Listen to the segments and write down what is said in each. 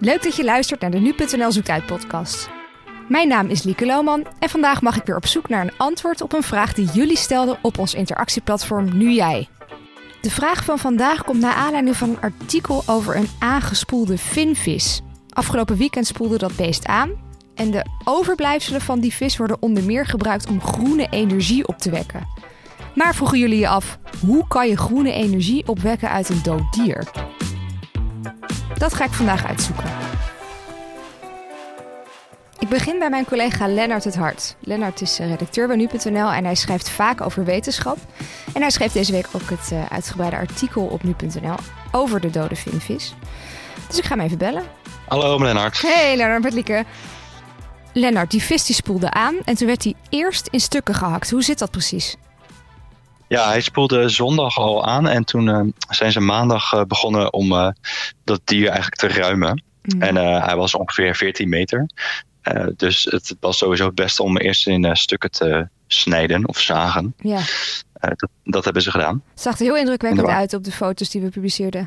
Leuk dat je luistert naar de Nu.nl Zoekt Uit podcast. Mijn naam is Lieke Lohman en vandaag mag ik weer op zoek naar een antwoord op een vraag die jullie stelden op ons interactieplatform Nu Jij. De vraag van vandaag komt naar aanleiding van een artikel over een aangespoelde vinvis. Afgelopen weekend spoelde dat beest aan en de overblijfselen van die vis worden onder meer gebruikt om groene energie op te wekken. Maar vroegen jullie je af, hoe kan je groene energie opwekken uit een dood dier? Dat ga ik vandaag uitzoeken. Ik begin bij mijn collega Lennart het Hart. Lennart is redacteur bij Nu.nl en hij schrijft vaak over wetenschap. En hij schreef deze week ook het uitgebreide artikel op Nu.nl over de dode vinvis. Dus ik ga hem even bellen. Hallo Lennart. Hey Lennart, met Lieke. Lennart, die vis die spoelde aan en toen werd hij eerst in stukken gehakt. Hoe zit dat precies? Ja, hij spoelde zondag al aan en toen zijn ze maandag begonnen om dat dier eigenlijk te ruimen. En hij was ongeveer 14 meter. Dus het was sowieso het beste om eerst in stukken te snijden of zagen. Ja. Dat hebben ze gedaan. Het zag er heel indrukwekkend uit op de foto's die we publiceerden.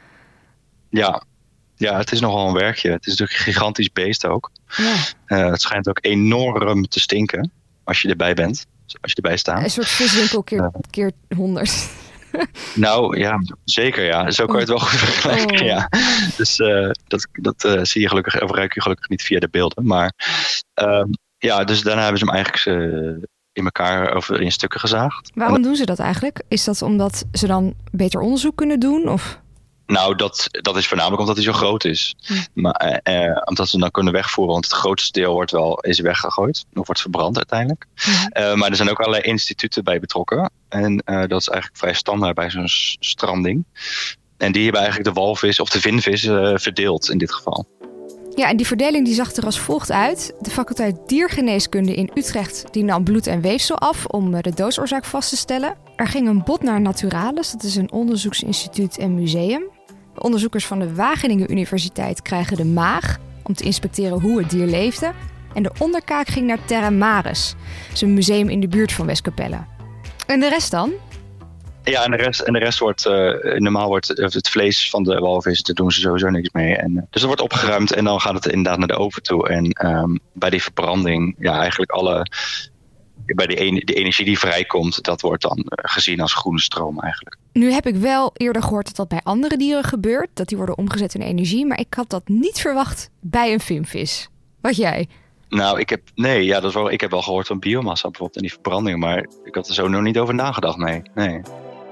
Ja, het is nogal een werkje. Het is natuurlijk een gigantisch beest ook. Ja. Het schijnt ook enorm te stinken als je erbij bent. Als je erbij staat. Een soort viswinkel keer 100. Nou ja, zeker ja. Zo kan je het wel goed vergelijken. Ja. Dus dat zie je gelukkig, of ruik je gelukkig niet via de beelden. Maar dus daarna hebben ze hem eigenlijk in elkaar of in stukken gezaagd. Waarom doen ze dat eigenlijk? Is dat omdat ze dan beter onderzoek kunnen doen? Of? Nou, dat is voornamelijk omdat hij zo groot is. Maar omdat ze hem dan kunnen wegvoeren. Want het grootste deel is weggegooid. Of wordt verbrand uiteindelijk. Maar er zijn ook allerlei instituten bij betrokken. En dat is eigenlijk vrij standaard bij zo'n stranding. En die hebben eigenlijk de walvis of de vinvis verdeeld in dit geval. Ja, en die verdeling die zag er als volgt uit. De faculteit Diergeneeskunde in Utrecht die nam bloed en weefsel af om de doodsoorzaak vast te stellen. Er ging een bod naar Naturalis, dat is een onderzoeksinstituut en museum. De onderzoekers van de Wageningen Universiteit krijgen de maag om te inspecteren hoe het dier leefde. En de onderkaak ging naar Terra Maris, dat is een museum in de buurt van Westkapelle. En de rest dan? Ja, en de rest wordt, normaal wordt het vlees van de walvis, daar doen ze sowieso niks mee. En, dus dat wordt opgeruimd en dan gaat het inderdaad naar de oven toe. En bij die verbranding, ja eigenlijk bij de energie die vrijkomt, dat wordt dan gezien als groene stroom eigenlijk. Nu heb ik wel eerder gehoord dat dat bij andere dieren gebeurt, dat die worden omgezet in energie. Maar ik had dat niet verwacht bij een vinvis. Wat jij? Nou, ik heb wel gehoord van biomassa bijvoorbeeld en die verbranding, maar ik had er zo nog niet over nagedacht, nee.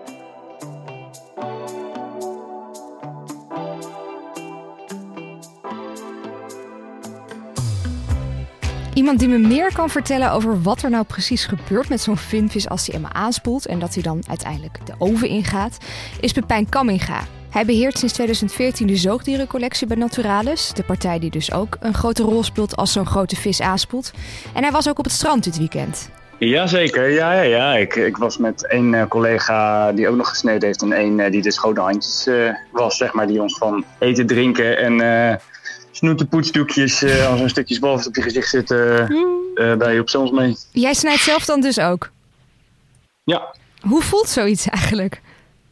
Iemand die me meer kan vertellen over wat er nou precies gebeurt met zo'n vinvis als hij eenmaal aanspoelt en dat hij dan uiteindelijk de oven ingaat, is Pepijn Kamminga. Hij beheert sinds 2014 de zoogdierencollectie bij Naturalis, de partij die dus ook een grote rol speelt als zo'n grote vis aanspoelt. En hij was ook op het strand dit weekend. Jazeker, ja. Ik was met één collega die ook nog gesneden heeft en één die de schone handjes was, zeg maar, die ons van eten, drinken en snoetenpoetsdoekjes als een stukjes walvis op je gezicht zitten bij je op soms mee. Jij snijdt zelf dan dus ook? Ja. Hoe voelt zoiets eigenlijk?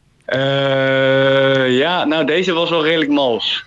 Deze was wel redelijk mals.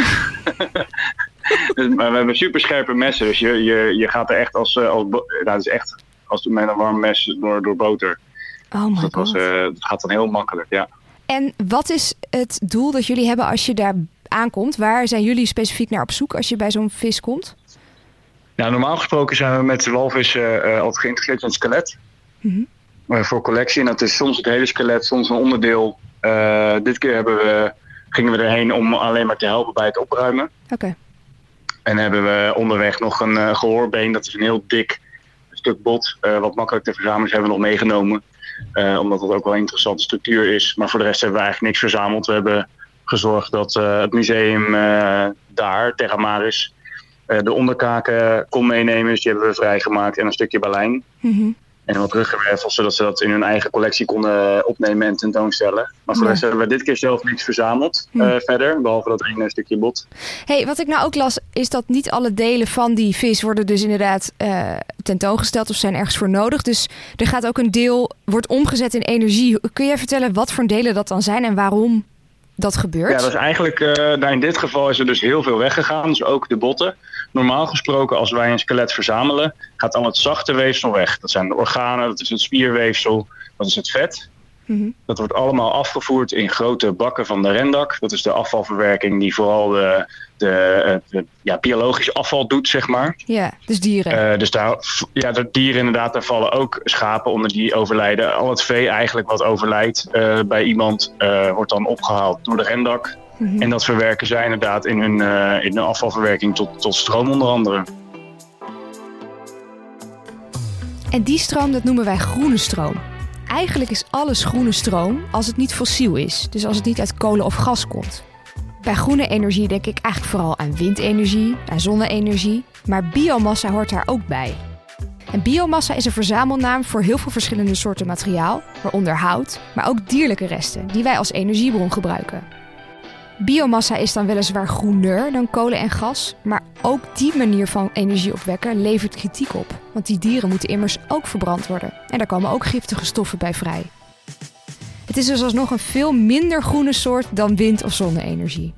Maar we hebben super scherpe messen, dus je gaat er echt het is echt als met een warm mes door boter. Oh my god. Dat gaat dan heel makkelijk, ja. En wat is het doel dat jullie hebben als je daar aankomt? Waar zijn jullie specifiek naar op zoek als je bij zo'n vis komt? Nou, normaal gesproken zijn we met de walvis altijd geïntegreerd in het skelet. Mm-hmm. Voor collectie. En dat is soms het hele skelet, soms een onderdeel. Dit keer gingen we erheen om alleen maar te helpen bij het opruimen. Oké. En hebben we onderweg nog een gehoorbeen. Dat is een heel dik stuk bot. Wat makkelijk te verzamelen is, hebben we nog meegenomen. Omdat dat ook wel een interessante structuur is. Maar voor de rest hebben we eigenlijk niks verzameld. We hebben gezorgd dat het museum daar, Terra Maris, de onderkaken kon meenemen. Dus die hebben we vrijgemaakt en een stukje balein. Mm-hmm. En wat teruggewerveld, zodat ze dat in hun eigen collectie konden opnemen en tentoonstellen. Maar voor de rest hebben we dit keer zelf niks verzameld verder, behalve dat ene stukje bot. Hey, wat ik nou ook las, is dat niet alle delen van die vis worden dus inderdaad tentoongesteld of zijn ergens voor nodig. Dus er gaat ook een deel, wordt omgezet in energie. Kun jij vertellen wat voor delen dat dan zijn en waarom dat gebeurt? Ja, dat is eigenlijk, in dit geval is er dus heel veel weggegaan. Dus ook de botten. Normaal gesproken, als wij een skelet verzamelen, gaat al het zachte weefsel weg. Dat zijn de organen, dat is het spierweefsel, dat is het vet. Mm-hmm. Dat wordt allemaal afgevoerd in grote bakken van de rendak. Dat is de afvalverwerking die vooral de biologisch afval doet, zeg maar. Ja, dus dieren. De dieren inderdaad, daar vallen ook schapen onder die overlijden. Al het vee eigenlijk wat overlijdt bij iemand wordt dan opgehaald door de rendak. Mm-hmm. En dat verwerken zij inderdaad in hun afvalverwerking tot stroom onder andere. En die stroom, dat noemen wij groene stroom. Eigenlijk is alles groene stroom als het niet fossiel is. Dus als het niet uit kolen of gas komt. Bij groene energie denk ik eigenlijk vooral aan windenergie, aan zonne-energie. Maar biomassa hoort daar ook bij. En biomassa is een verzamelnaam voor heel veel verschillende soorten materiaal, waaronder hout, maar ook dierlijke resten die wij als energiebron gebruiken. Biomassa is dan weliswaar groener dan kolen en gas, maar ook die manier van energie opwekken levert kritiek op. Want die dieren moeten immers ook verbrand worden en daar komen ook giftige stoffen bij vrij. Het is dus alsnog een veel minder groene soort dan wind- of zonne-energie.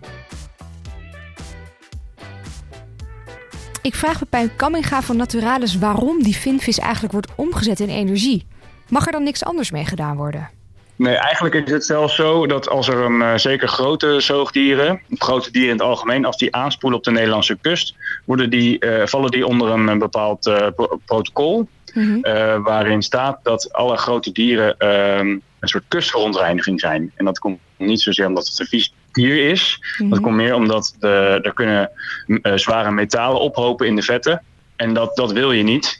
Ik vraag Pepijn Kamminga van Naturalis waarom die vinvis eigenlijk wordt omgezet in energie. Mag er dan niks anders mee gedaan worden? Nee, eigenlijk is het zelfs zo dat als er zeker grote zoogdieren, grote dieren in het algemeen, als die aanspoelen op de Nederlandse kust, vallen die onder een bepaald protocol. Mm-hmm. Waarin staat dat alle grote dieren een soort kustverontreiniging zijn. En dat komt niet zozeer omdat het een vies dier is. Mm-hmm. Dat komt meer omdat er kunnen zware metalen ophopen in de vetten. En dat wil je niet.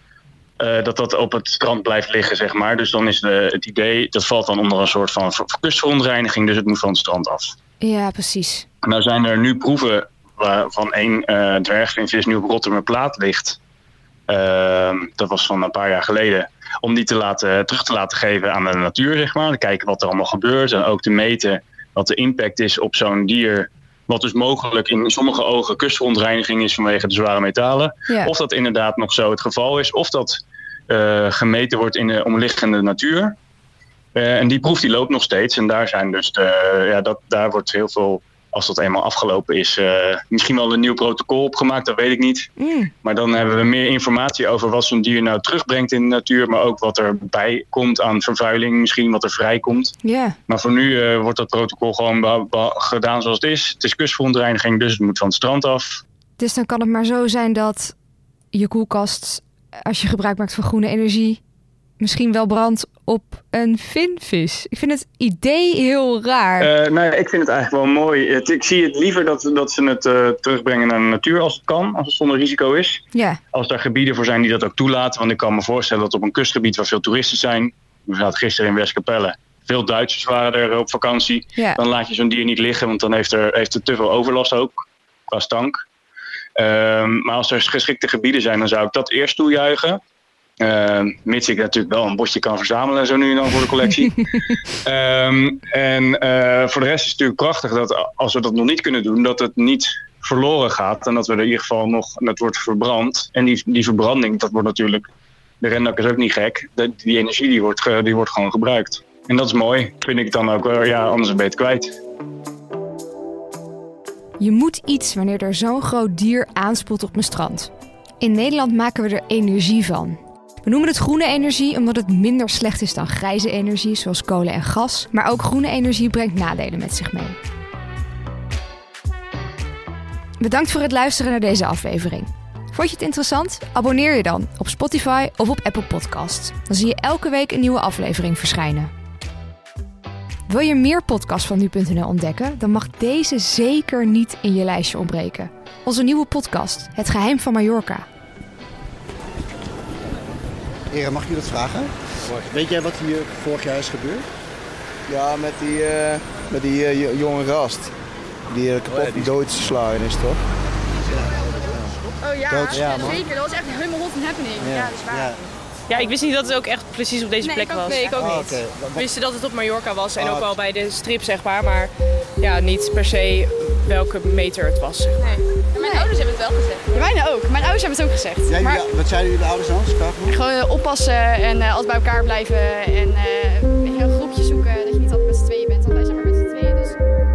Dat op het strand blijft liggen, zeg maar. Dus dan is het idee, dat valt dan onder een soort van kustverontreiniging. Dus het moet van het strand af. Ja, precies. Nou zijn er nu proeven waarvan één dwergvinvis nu op Rottumerplaat ligt. Dat was van een paar jaar geleden. Om die terug te laten geven aan de natuur, zeg maar. Te kijken wat er allemaal gebeurt. En ook te meten wat de impact is op zo'n dier. Wat dus mogelijk in sommige ogen kustverontreiniging is vanwege de zware metalen. Ja. Of dat inderdaad nog zo het geval is. Of dat gemeten wordt in de omliggende natuur. En die proef die loopt nog steeds. En daar zijn dus daar wordt heel veel, als dat eenmaal afgelopen is, misschien wel een nieuw protocol opgemaakt, dat weet ik niet. Mm. Maar dan hebben we meer informatie over wat zo'n dier nou terugbrengt in de natuur, maar ook wat er bij komt aan vervuiling, misschien wat er vrijkomt. Yeah. Maar voor nu wordt dat protocol gewoon gedaan zoals het is. Het is kustverontreiniging, dus het moet van het strand af. Dus dan kan het maar zo zijn dat je koelkast, als je gebruik maakt van groene energie, misschien wel brandt op een vinvis. Ik vind het idee heel raar. Ik vind het eigenlijk wel mooi. Ik zie het liever dat ze het terugbrengen naar de natuur als het kan. Als het zonder risico is. Yeah. Als er gebieden voor zijn die dat ook toelaten. Want ik kan me voorstellen dat op een kustgebied waar veel toeristen zijn. We zaten gisteren in Westkapelle. Veel Duitsers waren er op vakantie. Yeah. Dan laat je zo'n dier niet liggen. Want dan heeft het te veel overlast ook. Qua stank. Maar als er geschikte gebieden zijn, dan zou ik dat eerst toejuichen. Mits ik natuurlijk wel een bosje kan verzamelen zo nu en dan voor de collectie. Voor de rest is het natuurlijk prachtig dat als we dat nog niet kunnen doen, dat het niet verloren gaat. En dat we er in ieder geval dat wordt verbrand. En die verbranding, dat wordt natuurlijk, de rendak is ook niet gek. Die energie die wordt gewoon gebruikt. En dat is mooi, vind ik dan ook wel. Ja, anders ben je het kwijt. Je moet iets wanneer er zo'n groot dier aanspoelt op mijn strand. In Nederland maken we er energie van. We noemen het groene energie omdat het minder slecht is dan grijze energie, zoals kolen en gas. Maar ook groene energie brengt nadelen met zich mee. Bedankt voor het luisteren naar deze aflevering. Vond je het interessant? Abonneer je dan op Spotify of op Apple Podcasts. Dan zie je elke week een nieuwe aflevering verschijnen. Wil je meer podcasts van nu.nl ontdekken? Dan mag deze zeker niet in je lijstje ontbreken. Onze nieuwe podcast, Het Geheim van Mallorca. Heren, mag ik je dat vragen? Weet jij wat hier vorig jaar is gebeurd? Ja, met die jonge gast. Die kapot doodslagen is, toch? Oh ja, zeker. Dat was echt helemaal hot and happening. Ja, dat is waar. Ja, ik wist niet dat het ook echt precies op deze plek was. Nee, ik ook niet. Okay. Ik wist dat het op Mallorca was en ook wel bij de strip, zeg maar ja, niet per se welke meter het was. Zeg maar. Nee. Mijn ouders hebben het wel gezegd. Ja, mijne ook. Mijn ouders hebben het ook gezegd. Wat zeiden jullie ouders dan? Gewoon oppassen en altijd bij elkaar blijven en een groepje zoeken. Dat je niet altijd met z'n tweeën bent, want wij zijn maar met z'n tweeën. Dus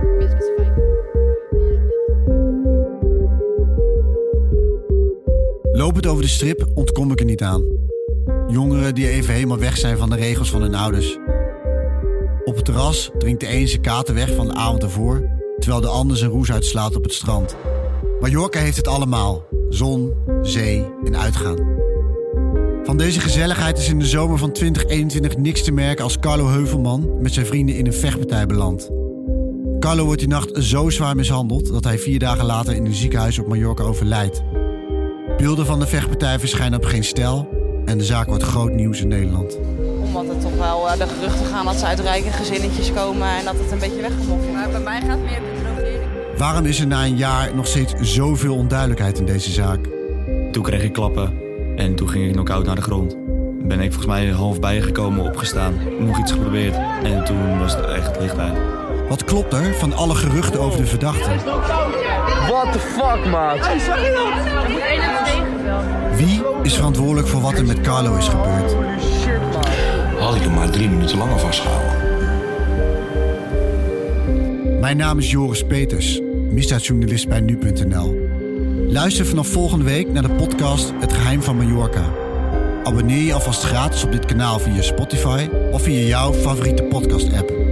over de strip ontkom ik er niet aan. Jongeren die even helemaal weg zijn van de regels van hun ouders. Op het terras drinkt de een zijn kater weg van de avond ervoor, terwijl de ander zijn roes uitslaat op het strand. Mallorca heeft het allemaal. Zon, zee en uitgaan. Van deze gezelligheid is in de zomer van 2021 niks te merken als Carlo Heuvelman met zijn vrienden in een vechtpartij belandt. Carlo wordt die nacht zo zwaar mishandeld dat hij 4 dagen later in een ziekenhuis op Mallorca overlijdt. Beelden van de vechtpartij verschijnen op Geen Stijl en de zaak wordt groot nieuws in Nederland. Omdat er toch wel de geruchten gaan dat ze uit rijke gezinnetjes komen en dat het een beetje weggemoffeld wordt. Maar bij mij gaat het meer de drogering. Waarom is er na een jaar nog steeds zoveel onduidelijkheid in deze zaak? Toen kreeg ik klappen en toen ging ik knock-out naar de grond. Ben ik volgens mij half bijgekomen, opgestaan, nog iets geprobeerd en toen was het echt licht uit. Wat klopt er van alle geruchten over de verdachte? What the fuck, maat? Wie is verantwoordelijk voor wat er met Carlo is gebeurd? Had ik hem maar 3 minuten langer vastgehouden. Mijn naam is Joris Peters, misdaadjournalist bij nu.nl. Luister vanaf volgende week naar de podcast Het Geheim van Mallorca. Abonneer je alvast gratis op dit kanaal via Spotify of via jouw favoriete podcast-app.